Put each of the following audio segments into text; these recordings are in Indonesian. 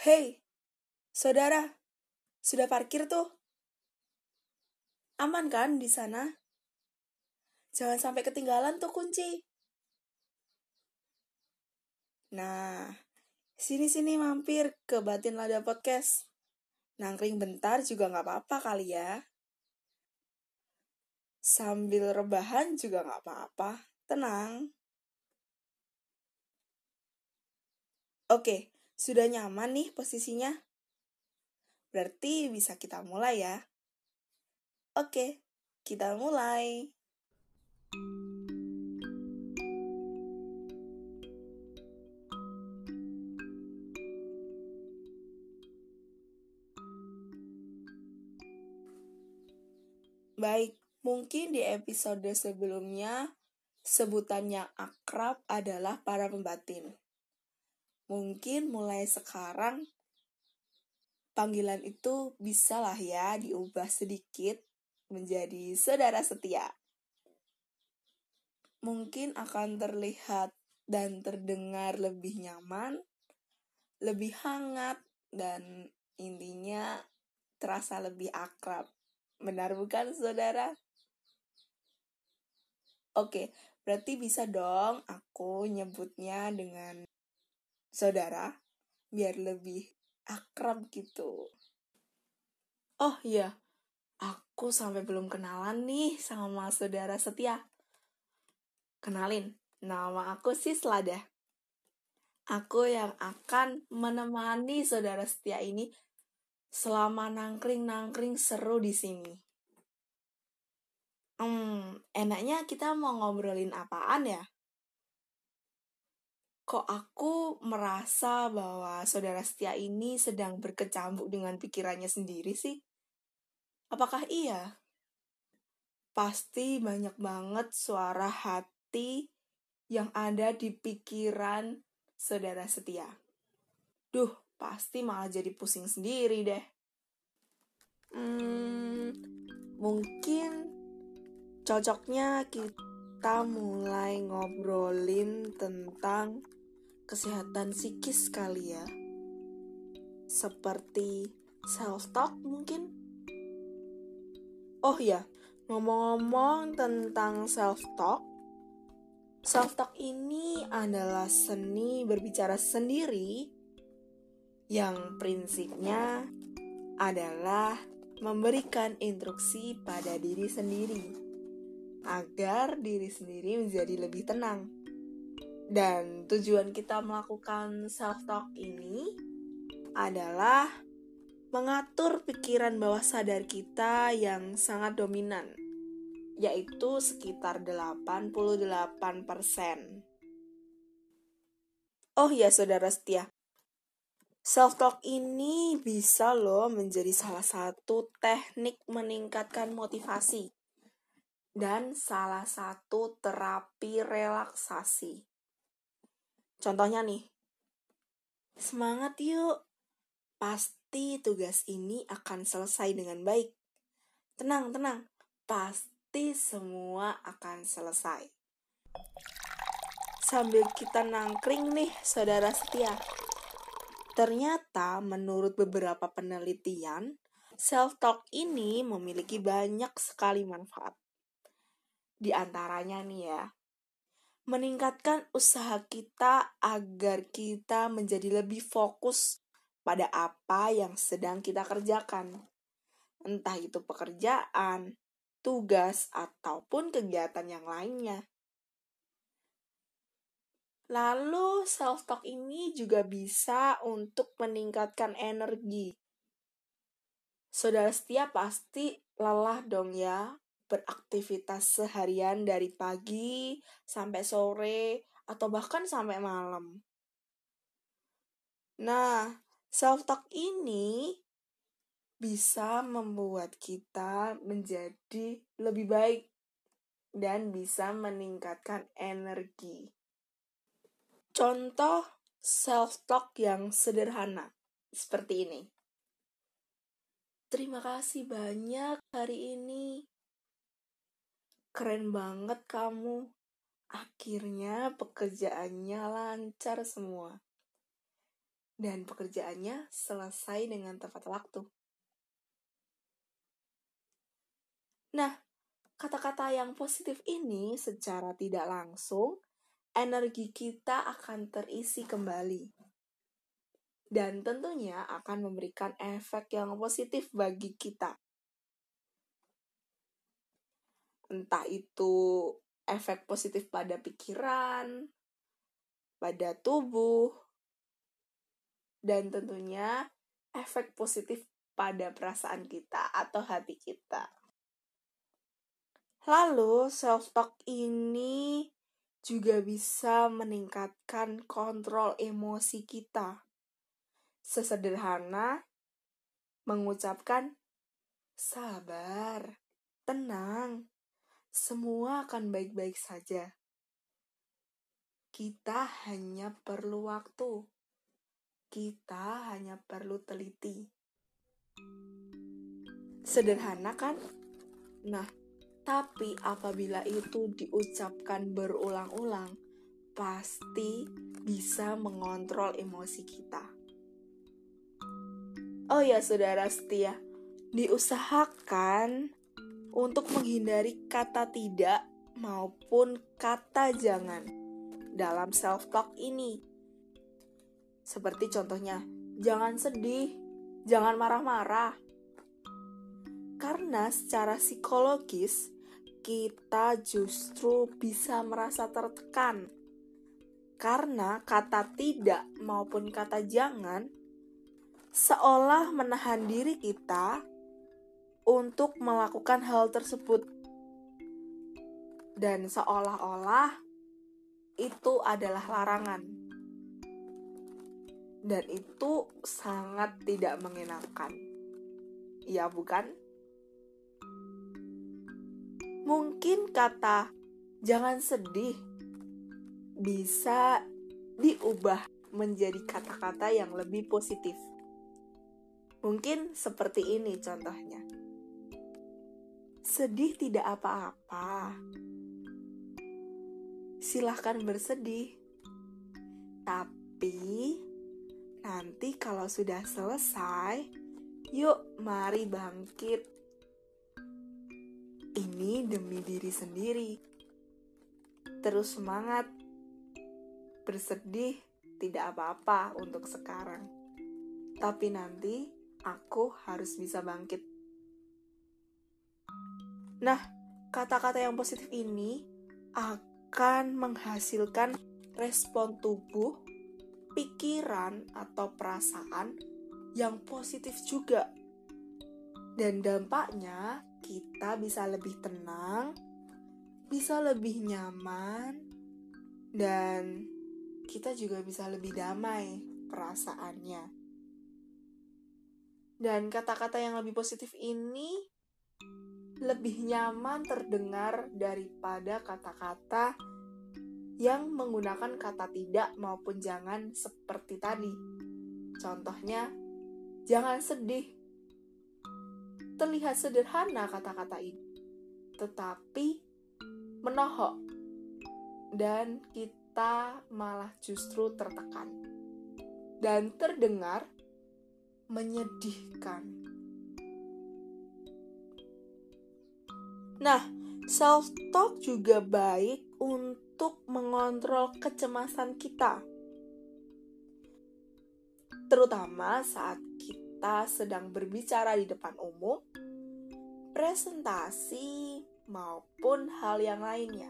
Hei, saudara, sudah parkir tuh? Aman kan di sana? Jangan sampai ketinggalan tuh kunci. Nah, sini-sini mampir ke Batin Lada Podcast. Nangkring bentar juga gak apa-apa kali ya. Sambil rebahan juga gak apa-apa. Tenang. Oke, sudah nyaman nih posisinya? Berarti bisa kita mulai ya. Oke, kita mulai. Baik, mungkin di episode sebelumnya sebutannya akrab adalah para pembatin. Mungkin mulai sekarang panggilan itu bisalah ya diubah sedikit menjadi saudara setia. Mungkin akan terlihat dan terdengar lebih nyaman, lebih hangat, dan intinya terasa lebih akrab. Benar bukan saudara? Oke, berarti bisa dong aku nyebutnya dengan saudara biar lebih akrab gitu. Oh iya, aku sampai belum kenalan nih sama saudara setia. Kenalin, nama aku Sislada. Aku yang akan menemani saudara setia ini selama nangkring-nangkring seru di sini. Enaknya kita mau ngobrolin apaan ya? Kok aku merasa bahwa saudara setia ini sedang berkecambuk dengan pikirannya sendiri sih? Apakah iya? Pasti banyak banget suara hati yang ada di pikiran saudara setia. Duh, pasti malah jadi pusing sendiri deh. Mungkin cocoknya kita mulai ngobrolin tentang kesehatan psikis kali ya. Seperti self-talk mungkin. Oh ya, ngomong-ngomong tentang self-talk ini adalah seni berbicara sendiri yang prinsipnya adalah memberikan instruksi pada diri sendiri agar diri sendiri menjadi lebih tenang. Dan tujuan kita melakukan self-talk ini adalah mengatur pikiran bawah sadar kita yang sangat dominan, yaitu sekitar 88%. Oh ya saudara setia, self-talk ini bisa loh menjadi salah satu teknik meningkatkan motivasi dan salah satu terapi relaksasi. Contohnya nih, semangat yuk, pasti tugas ini akan selesai dengan baik. Tenang, pasti semua akan selesai. Sambil kita nangkring nih, saudara setia. Ternyata menurut beberapa penelitian, self-talk ini memiliki banyak sekali manfaat. Di antaranya nih ya, meningkatkan usaha kita agar kita menjadi lebih fokus pada apa yang sedang kita kerjakan. Entah itu pekerjaan, tugas, ataupun kegiatan yang lainnya. Lalu self-talk ini juga bisa untuk meningkatkan energi. Saudara setia pasti lelah dong ya beraktivitas seharian dari pagi sampai sore atau bahkan sampai malam. Nah, self-talk ini bisa membuat kita menjadi lebih baik dan bisa meningkatkan energi. Contoh self-talk yang sederhana seperti ini. Terima kasih banyak hari ini. Keren banget kamu. Akhirnya pekerjaannya lancar semua. dan pekerjaannya selesai dengan tepat waktu. Nah, kata-kata yang positif ini secara tidak langsung, energi kita akan terisi kembali. Dan tentunya akan memberikan efek yang positif bagi kita. Entah itu efek positif pada pikiran, pada tubuh, dan tentunya efek positif pada perasaan kita atau hati kita. Lalu, self-talk ini juga bisa meningkatkan kontrol emosi kita. Sesederhana mengucapkan, sabar, tenang, semua akan baik-baik saja. Kita hanya perlu waktu. Kita hanya perlu teliti. Sederhana kan? Nah, tapi apabila itu diucapkan berulang-ulang, pasti bisa mengontrol emosi kita. Oh ya, saudara setia, diusahakan untuk menghindari kata tidak maupun kata jangan dalam self-talk ini. Seperti contohnya, jangan sedih, jangan marah-marah. Karena secara psikologis, kita justru bisa merasa tertekan. Karena kata tidak maupun kata jangan seolah menahan diri kita untuk melakukan hal tersebut. Dan seolah-olah itu adalah larangan. Dan itu sangat tidak mengenakan. Iya bukan? Mungkin kata jangan sedih bisa diubah menjadi kata-kata yang lebih positif. Mungkin seperti ini contohnya. Sedih tidak apa-apa. Silahkan bersedih. Tapi nanti kalau sudah selesai, yuk mari bangkit. Ini demi diri sendiri. Terus semangat. Bersedih tidak apa-apa untuk sekarang. Tapi nanti aku harus bisa bangkit. Nah, kata-kata yang positif ini akan menghasilkan respon tubuh, pikiran, atau perasaan yang positif juga. Dan dampaknya kita bisa lebih tenang, bisa lebih nyaman, dan kita juga bisa lebih damai perasaannya. Dan kata-kata yang lebih positif ini lebih nyaman terdengar daripada kata-kata yang menggunakan kata tidak maupun jangan seperti tadi. Contohnya, jangan sedih. Terlihat sederhana kata-kata ini, tetapi menohok. Dan kita malah justru tertekan. Dan terdengar menyedihkan. Nah, self-talk juga baik untuk mengontrol kecemasan kita. Terutama saat kita sedang berbicara di depan umum, presentasi, maupun hal yang lainnya.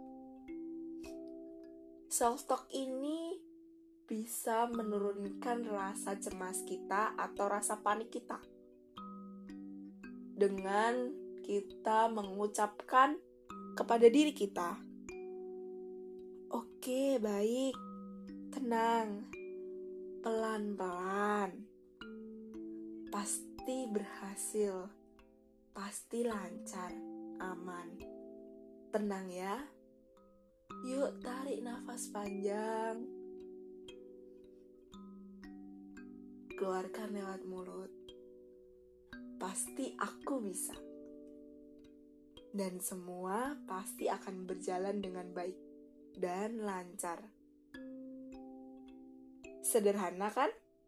Self-talk ini bisa menurunkan rasa cemas kita atau rasa panik kita. Dengan kita mengucapkan kepada diri kita, oke, baik, tenang, pelan-pelan, pasti berhasil, pasti lancar, aman, tenang ya. Yuk tarik nafas panjang, keluarkan lewat mulut. Pasti aku bisa. Dan semua pasti akan berjalan dengan baik dan lancar. Sederhana kan?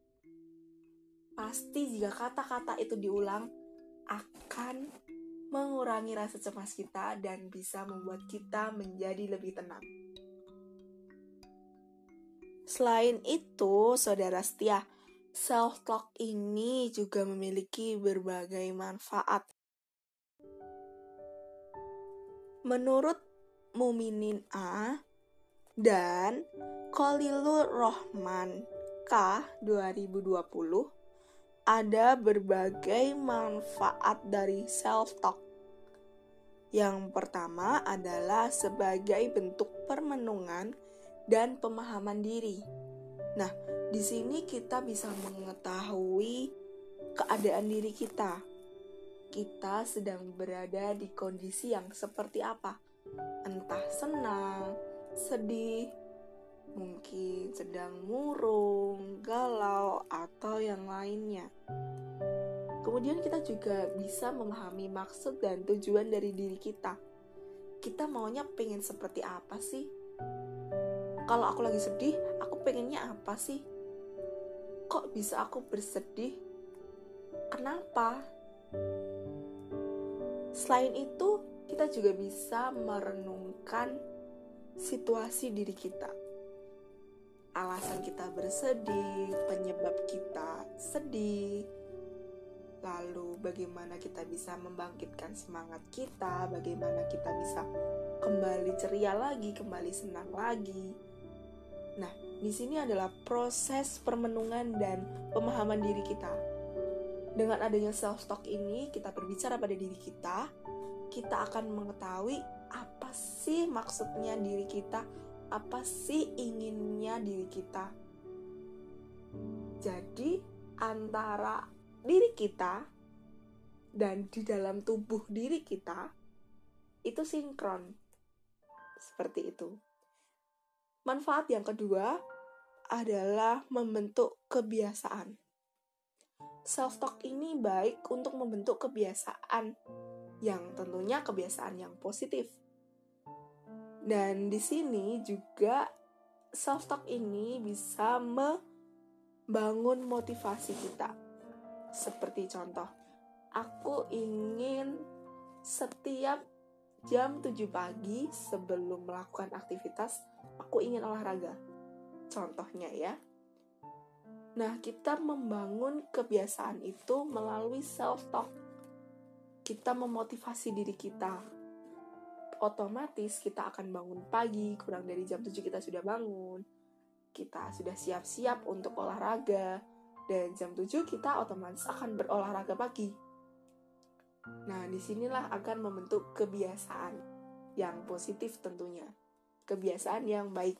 pasti jika kata-kata itu diulang akan mengurangi rasa cemas kita dan bisa membuat kita menjadi lebih tenang. Selain itu, saudara setia, self-talk ini juga memiliki berbagai manfaat. Menurut Muminin A dan Khalilur Rahman K 2020, ada berbagai manfaat dari self-talk. Yang pertama adalah sebagai bentuk permenungan dan pemahaman diri. Nah, di sini kita bisa mengetahui keadaan diri kita. Kita sedang berada di kondisi yang seperti apa? Entah senang, sedih, mungkin sedang murung, galau, atau yang lainnya. Kemudian kita juga bisa memahami maksud dan tujuan dari diri kita. Kita maunya pengen seperti apa sih? Kalau aku lagi sedih, aku pengennya apa sih? Kok bisa aku bersedih? Kenapa? Selain itu, kita juga bisa merenungkan situasi diri kita. Alasan kita bersedih, penyebab kita sedih, lalu bagaimana kita bisa membangkitkan semangat kita, bagaimana kita bisa kembali ceria lagi, kembali senang lagi. Nah, di sini adalah proses permenungan dan pemahaman diri kita. Dengan adanya self-talk ini, kita berbicara pada diri kita akan mengetahui apa sih maksudnya diri kita, apa sih inginnya diri kita. Jadi, antara diri kita dan di dalam tubuh diri kita, itu sinkron. Seperti itu. Manfaat yang kedua adalah membentuk kebiasaan. Self-talk ini baik untuk membentuk kebiasaan yang tentunya kebiasaan yang positif. Dan di sini juga self-talk ini bisa membangun motivasi kita. Seperti contoh, aku ingin setiap jam 7 pagi sebelum melakukan aktivitas, aku ingin olahraga. Contohnya ya. Nah, kita membangun kebiasaan itu melalui self-talk. Kita memotivasi diri kita. Otomatis kita akan bangun pagi, kurang dari jam 7 kita sudah bangun. Kita sudah siap-siap untuk olahraga. Dan jam 7 kita otomatis akan berolahraga pagi. Nah, disinilah akan membentuk kebiasaan yang positif tentunya. Kebiasaan yang baik.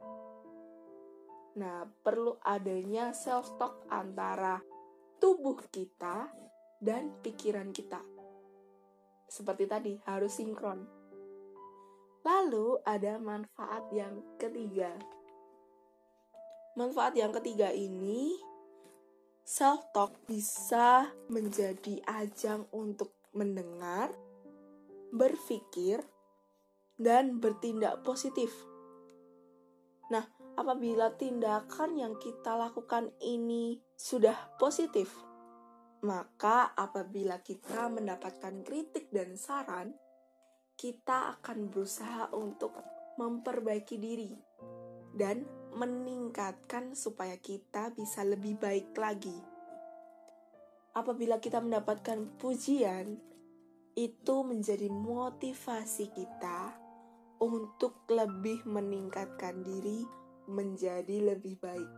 Nah, perlu adanya self-talk antara tubuh kita dan pikiran kita. Seperti tadi, harus sinkron. Lalu, ada manfaat yang ketiga. Manfaat yang ketiga ini, self-talk bisa menjadi ajang untuk mendengar, berpikir, dan bertindak positif. Nah, apabila tindakan yang kita lakukan ini sudah positif, maka apabila kita mendapatkan kritik dan saran, kita akan berusaha untuk memperbaiki diri dan meningkatkan supaya kita bisa lebih baik lagi. Apabila kita mendapatkan pujian, itu menjadi motivasi kita untuk lebih meningkatkan diri menjadi lebih baik.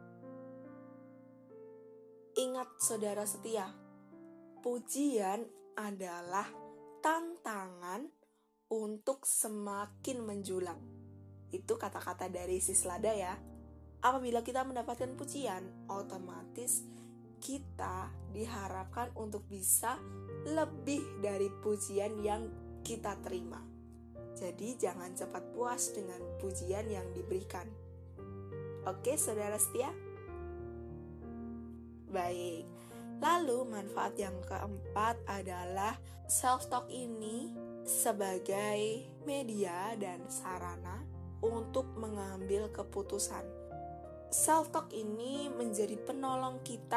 Ingat saudara setia, pujian adalah tantangan untuk semakin menjulang. Itu kata-kata dari Sislada ya. Apabila kita mendapatkan pujian, otomatis kita diharapkan untuk bisa lebih dari pujian yang kita terima. Jadi jangan cepat puas dengan pujian yang diberikan. Oke, saudara setia? Baik. Lalu manfaat yang keempat adalah self-talk ini sebagai media dan sarana untuk mengambil keputusan. Self-talk ini menjadi penolong kita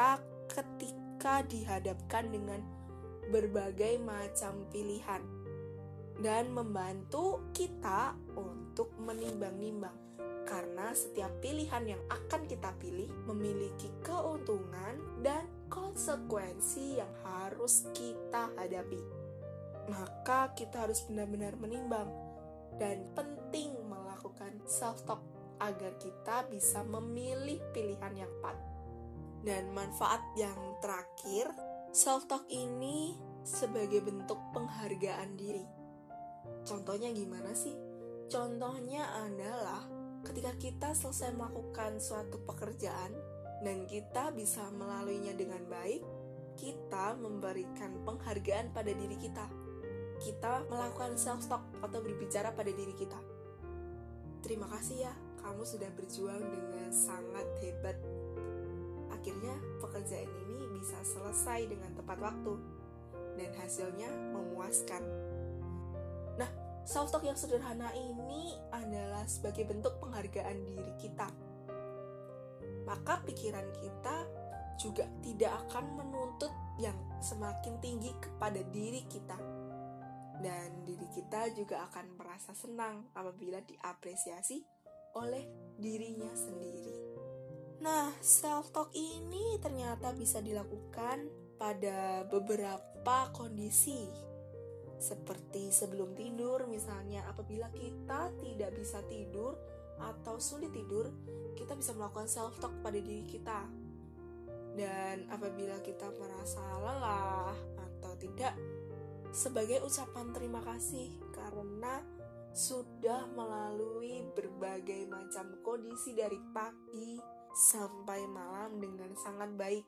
ketika dihadapkan dengan berbagai macam pilihan dan membantu kita untuk menimbang-nimbang, karena setiap pilihan yang akan kita pilih memiliki keuntungan dan konsekuensi yang harus kita hadapi. Maka kita harus benar-benar menimbang dan penting melakukan self-talk agar kita bisa memilih pilihan yang tepat. Dan manfaat yang terakhir, self-talk ini sebagai bentuk penghargaan diri. Contohnya gimana sih? Contohnya adalah ketika kita selesai melakukan suatu pekerjaan dan kita bisa melaluinya dengan baik, kita memberikan penghargaan pada diri kita. Kita melakukan self-talk atau berbicara pada diri kita. Terima kasih ya, kamu sudah berjuang dengan sangat hebat. Akhirnya pekerjaan ini bisa selesai dengan tepat waktu dan hasilnya memuaskan. Nah, self-talk yang sederhana ini adalah sebagai bentuk penghargaan diri kita. Maka pikiran kita juga tidak akan menuntut yang semakin tinggi kepada diri kita. Dan diri kita juga akan merasa senang apabila diapresiasi oleh dirinya sendiri. Nah, self-talk ini ternyata bisa dilakukan pada beberapa kondisi. Seperti sebelum tidur, misalnya apabila kita tidak bisa tidur atau sulit tidur, kita bisa melakukan self-talk pada diri kita. Dan apabila kita merasa lelah atau tidak, sebagai ucapan terima kasih karena sudah melalui berbagai macam kondisi dari pagi sampai malam dengan sangat baik.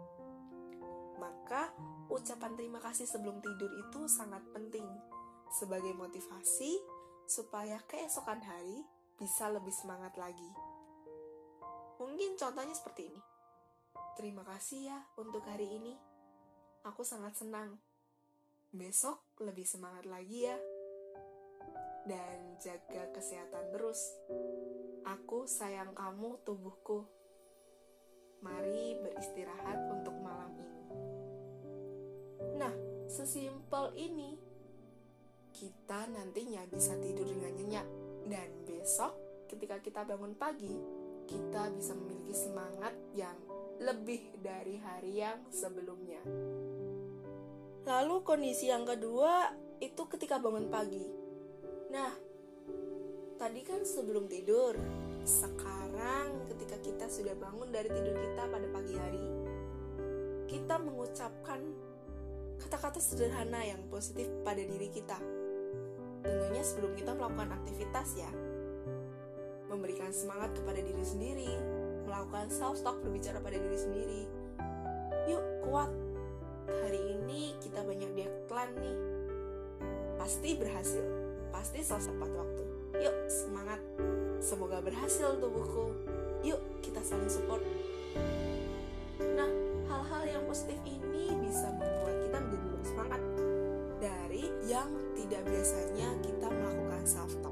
Maka ucapan terima kasih sebelum tidur itu sangat penting sebagai motivasi supaya keesokan hari bisa lebih semangat lagi. Mungkin contohnya seperti ini. Terima kasih ya untuk hari ini. Aku sangat senang. Besok lebih semangat lagi ya. Dan jaga kesehatan terus. Aku sayang kamu tubuhku. Mari beristirahat untuk malam ini. Nah, sesimpel ini kita nantinya bisa tidur dengan nyenyak. Dan besok ketika kita bangun pagi, kita bisa memiliki semangat yang lebih dari hari yang sebelumnya. Lalu kondisi yang kedua itu ketika bangun pagi. Nah, tadi kan sebelum tidur. Sekarang ketika kita sudah bangun dari tidur kita pada pagi hari, kita mengucapkan kata-kata sederhana yang positif pada diri kita. Tentunya sebelum kita melakukan aktivitas ya. Memberikan semangat kepada diri sendiri, melakukan self-talk, berbicara pada diri sendiri. Yuk, kuat. Hari ini kita banyak deadline nih. Pasti berhasil. Pasti selesai tepat waktu. Yuk, semangat. Semoga berhasil tubuhku. Yuk, kita saling support. Nah, hal-hal yang positif ini bisa membuat kita menjadi lebih semangat dari yang tidak biasanya kita melakukan self-talk.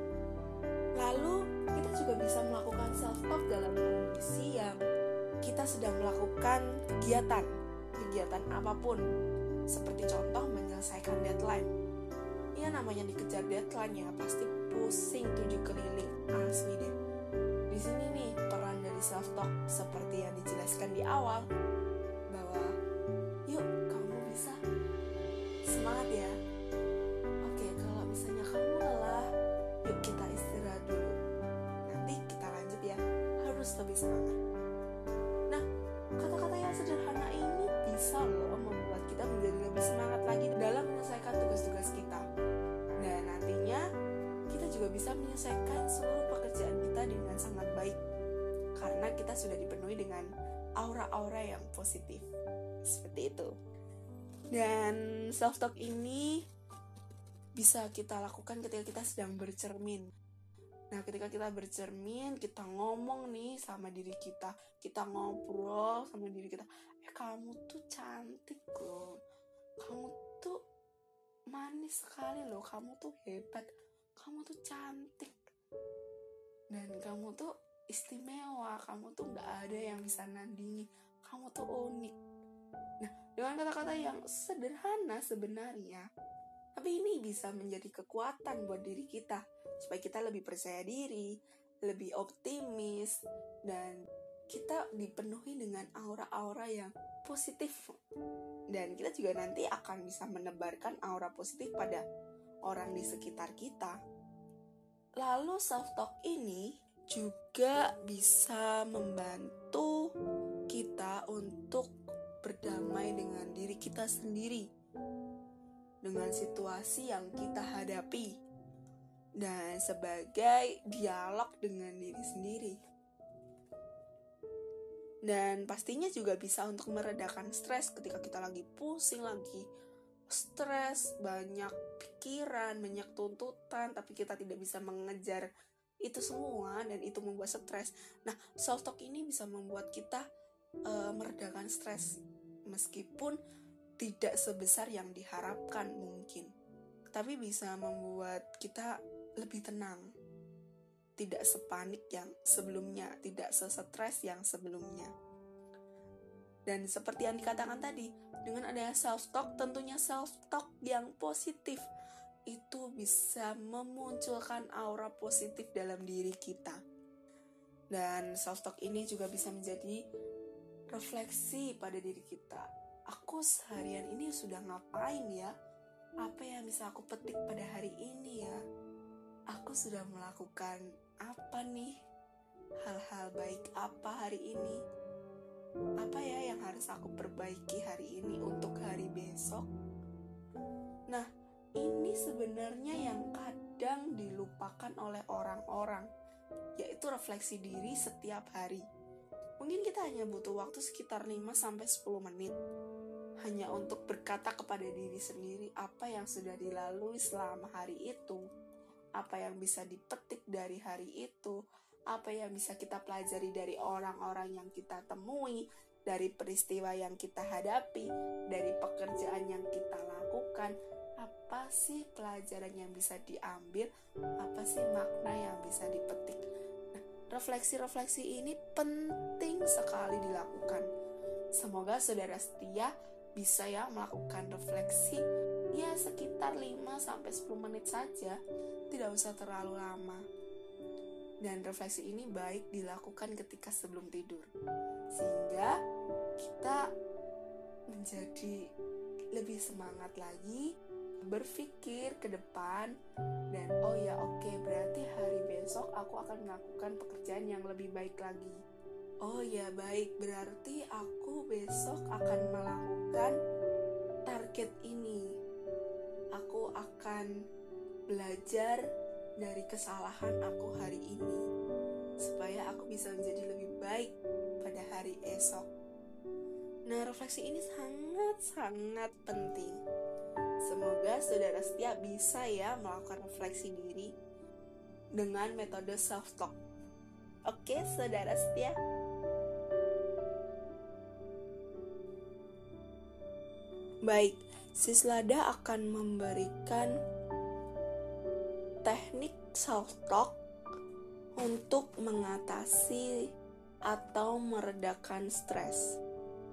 Lalu, kita juga bisa melakukan self-talk dalam kondisi yang kita sedang melakukan kegiatan apapun. Seperti contoh menyelesaikan deadline. Ya namanya dikejar deadline ya, pasti pusing 7 keliling, asli deh. Di sini nih peran dari self-talk seperti yang dijelaskan di awal, bahwa yuk kamu bisa, semangat ya. Oke, kalau misalnya kamu lelah, yuk kita istirahat dulu. Nanti kita lanjut ya, harus lebih semangat. Nah, kata-kata yang sederhana ini bisa loh membuat kita menjadi lebih semangat lagi dalam menyelesaikan tugas-tugas kita. Dan nantinya kita juga bisa menyelesaikan seluruh pekerjaan kita dengan sangat baik karena kita sudah dipenuhi dengan aura-aura yang positif. Seperti itu. Dan self-talk ini bisa kita lakukan ketika kita sedang bercermin. Nah, ketika kita bercermin, kita ngomong nih sama diri kita. Kita ngobrol sama diri kita. Kamu tuh cantik loh. Kamu tuh manis sekali loh. Kamu tuh hebat. Kamu tuh cantik. Dan kamu tuh istimewa. Kamu tuh gak ada yang bisa nandingi. kamu tuh unik. Nah, dengan kata-kata yang sederhana sebenarnya, tapi ini bisa menjadi kekuatan buat diri kita, supaya kita lebih percaya diri, lebih optimis, dan kita dipenuhi dengan aura-aura yang positif. Dan kita juga nanti akan bisa menebarkan aura positif pada orang di sekitar kita. Lalu self-talk ini juga bisa membantu kita untuk berdamai dengan diri kita sendiri, dengan situasi yang kita hadapi, dan sebagai dialog dengan diri sendiri. Dan pastinya juga bisa untuk meredakan stres ketika kita lagi pusing, lagi stres, banyak pikiran, banyak tuntutan, tapi kita tidak bisa mengejar itu semua, dan itu membuat stres. Nah, self-talk ini bisa membuat kita meredakan stres, meskipun tidak sebesar yang diharapkan mungkin, tapi bisa membuat kita lebih tenang, tidak sepanik yang sebelumnya, tidak sestres yang sebelumnya. Dan seperti yang dikatakan tadi, dengan adanya self-talk, tentunya self-talk yang positif itu bisa memunculkan aura positif dalam diri kita. Dan self-talk ini juga bisa menjadi refleksi pada diri kita. Aku seharian ini sudah ngapain ya? Apa yang bisa aku petik pada hari ini ya? Aku sudah melakukan apa nih? Hal-hal baik apa hari ini? Apa ya yang harus aku perbaiki hari ini untuk hari besok? Nah, ini sebenarnya yang kadang dilupakan oleh orang-orang, yaitu refleksi diri setiap hari. Mungkin kita hanya butuh waktu sekitar 5-10 menit hanya untuk berkata kepada diri sendiri apa yang sudah dilalui selama hari itu, apa yang bisa dipetik dari hari itu, apa yang bisa kita pelajari dari orang-orang yang kita temui, dari peristiwa yang kita hadapi, dari pekerjaan yang kita lakukan. Apa sih pelajaran yang bisa diambil, apa sih makna yang bisa dipetik. Nah, refleksi-refleksi ini penting sekali dilakukan. Semoga saudara setia bisa ya melakukan refleksi ya sekitar 5-10 menit saja, tidak usah terlalu lama. Dan refleksi ini baik dilakukan ketika sebelum tidur, sehingga kita menjadi lebih semangat lagi berpikir ke depan. Dan berarti hari besok aku akan melakukan pekerjaan yang lebih baik lagi. Baik, berarti aku besok akan melakukan target ini. Aku akan belajar dari kesalahan aku hari ini, supaya aku bisa menjadi lebih baik pada hari esok. Nah, refleksi ini sangat-sangat penting. Semoga saudara setia bisa ya melakukan refleksi diri dengan metode self-talk. Oke, saudara setia. Baik, Sislada akan memberikan teknik self-talk untuk mengatasi atau meredakan stres.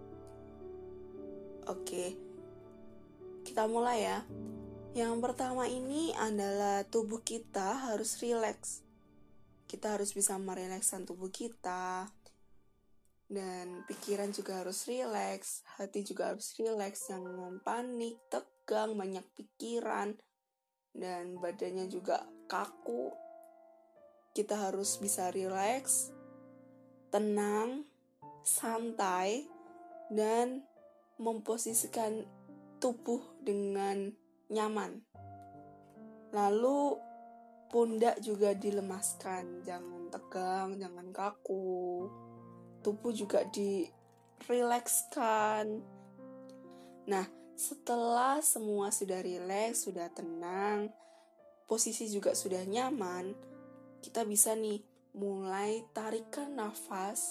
Oke, kita mulai ya. Yang pertama ini adalah tubuh kita harus rileks. Kita harus bisa merilekskan tubuh kita, dan pikiran juga harus rileks, hati juga harus rileks, jangan panik, tegang, banyak pikiran, dan badannya juga kaku. Kita harus bisa rileks, tenang, santai, dan memposisikan tubuh dengan nyaman. Lalu pundak juga dilemaskan, jangan tegang, jangan kaku. Tubuh juga dirilekskan. Nah, setelah semua sudah rileks, sudah tenang, posisi juga sudah nyaman, kita bisa nih mulai tarikan nafas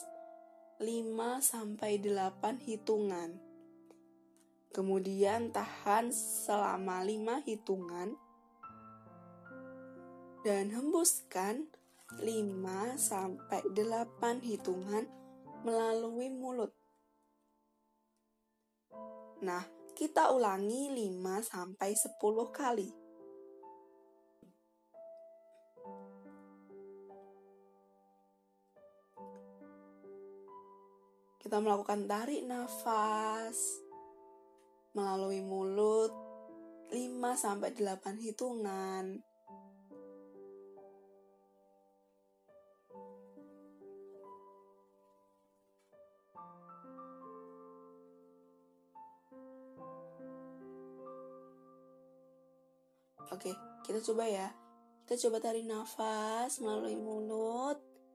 5-8 hitungan. Kemudian tahan selama 5 hitungan dan hembuskan 5-8 hitungan melalui mulut. Nah, kita ulangi 5-10 kali. Kita melakukan tarik nafas melalui mulut 5-8 hitungan. Oke, kita coba ya. Kita coba tarik nafas melalui mulut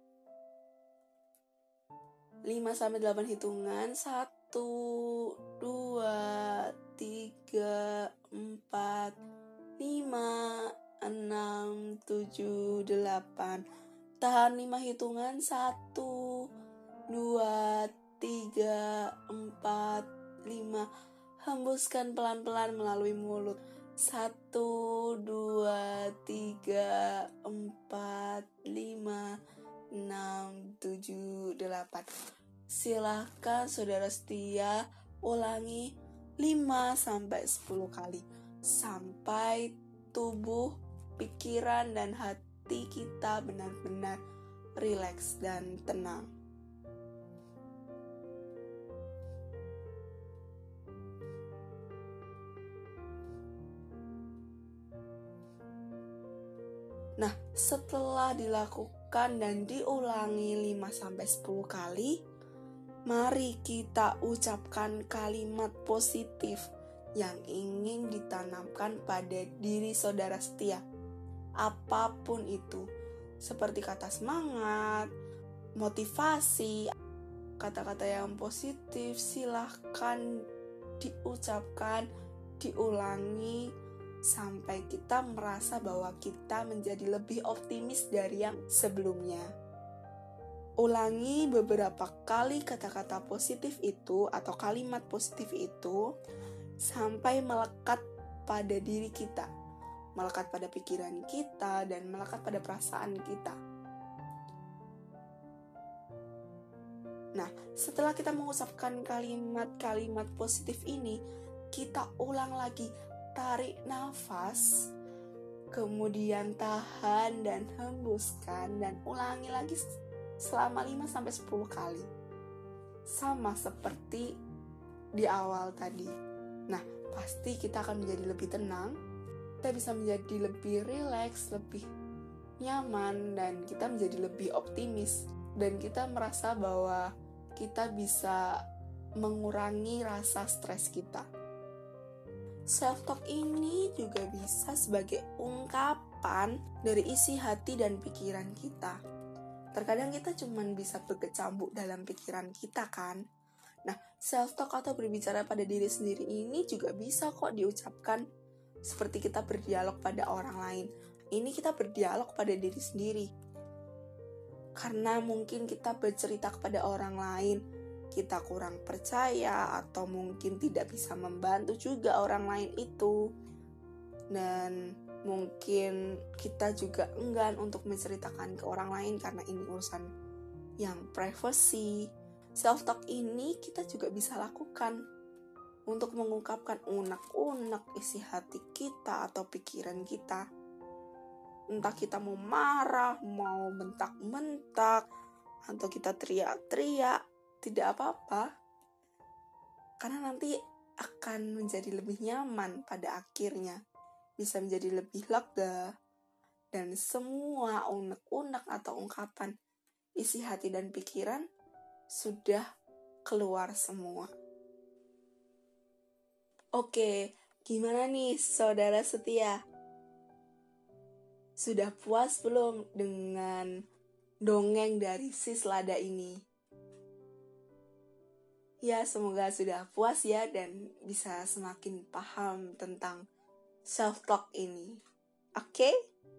5-8 hitungan. 1, 2, 3, 4, 5, 6, 7, 8. Tahan 5 hitungan. 1, 2, 3, 4, 5. Hembuskan pelan-pelan melalui mulut. 1, 2, 3, 4, 5, 6, 7, 8. Silakan saudara setia ulangi 5-10 kali sampai tubuh, pikiran, dan hati kita benar-benar rileks dan tenang. Nah, setelah dilakukan dan diulangi 5-10 kali, mari kita ucapkan kalimat positif yang ingin ditanamkan pada diri saudara setia. Apapun itu, seperti kata semangat, motivasi, kata-kata yang positif, silahkan diucapkan, diulangi, sampai kita merasa bahwa kita menjadi lebih optimis dari yang sebelumnya. Ulangi beberapa kali kata-kata positif itu atau kalimat positif itu sampai melekat pada diri kita, melekat pada pikiran kita, dan melekat pada perasaan kita. Nah, setelah kita mengucapkan kalimat-kalimat positif ini, kita ulang lagi, tarik nafas, kemudian tahan dan hembuskan, dan ulangi lagi selama 5-10 kali. Sama seperti di awal tadi. Nah, pasti kita akan menjadi lebih tenang, kita bisa menjadi lebih rileks, lebih nyaman, dan kita menjadi lebih optimis. Dan kita merasa bahwa kita bisa mengurangi rasa stres kita. Self-talk ini juga bisa sebagai ungkapan dari isi hati dan pikiran kita. Terkadang kita cuma bisa berkecambuk dalam pikiran kita kan. Nah, self-talk atau berbicara pada diri sendiri ini juga bisa kok diucapkan seperti kita berdialog pada orang lain. Ini kita berdialog pada diri sendiri. Karena mungkin kita bercerita kepada orang lain, kita kurang percaya atau mungkin tidak bisa membantu juga orang lain itu, dan mungkin kita juga enggan untuk menceritakan ke orang lain karena ini urusan yang privacy. Self-talk ini kita juga bisa lakukan untuk mengungkapkan unek-unek isi hati kita atau pikiran kita. Entah kita mau marah, mau bentak-bentak, atau kita teriak-teriak, tidak apa-apa, karena nanti akan menjadi lebih nyaman pada akhirnya, bisa menjadi lebih lega, dan semua unek-unek atau ungkapan isi hati dan pikiran sudah keluar semua. Oke, gimana nih saudara setia? Sudah puas belum dengan dongeng dari si selada ini? Ya, semoga sudah puas ya dan bisa semakin paham tentang self-talk ini. Oke?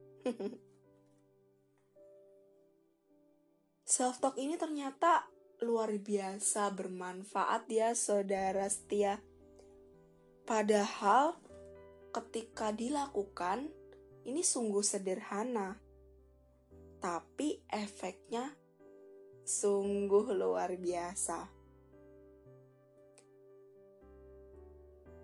Self-talk ini ternyata luar biasa bermanfaat ya saudara setia. Padahal ketika dilakukan, ini sungguh sederhana. Tapi efeknya sungguh luar biasa.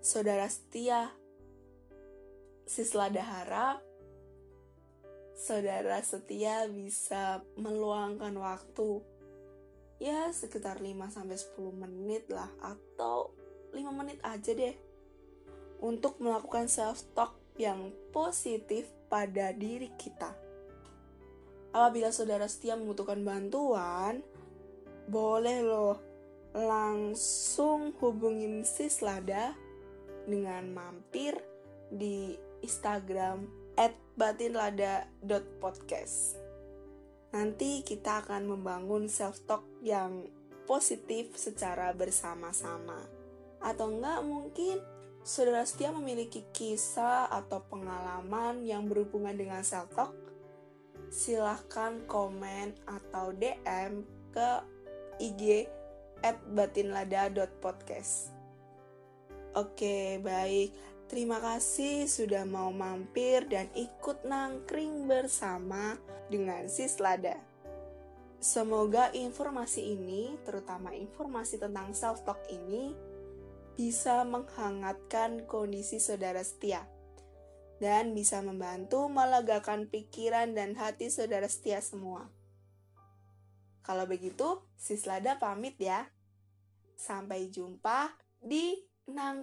Saudara setia, Sislada harap saudara setia bisa meluangkan waktu ya sekitar 5-10 menit lah, atau 5 menit aja deh untuk melakukan self-talk yang positif pada diri kita. Apabila saudara setia membutuhkan bantuan, boleh loh langsung hubungin Sislada dengan mampir di Instagram @batinlada.podcast. Nanti kita akan membangun self-talk yang positif secara bersama-sama. Atau enggak, mungkin saudara setia memiliki kisah atau pengalaman yang berhubungan dengan self-talk. Silahkan komen atau DM ke IG @batinlada.podcast. Oke, baik. Terima kasih sudah mau mampir dan ikut nangkring bersama dengan Sislada. Semoga informasi ini, terutama informasi tentang self-talk ini, bisa menghangatkan kondisi saudara setia dan bisa membantu melegakan pikiran dan hati saudara setia semua. Kalau begitu, Sislada pamit ya. Sampai jumpa di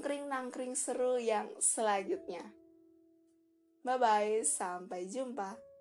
nangkring-nangkring seru yang selanjutnya. Bye-bye, sampai jumpa.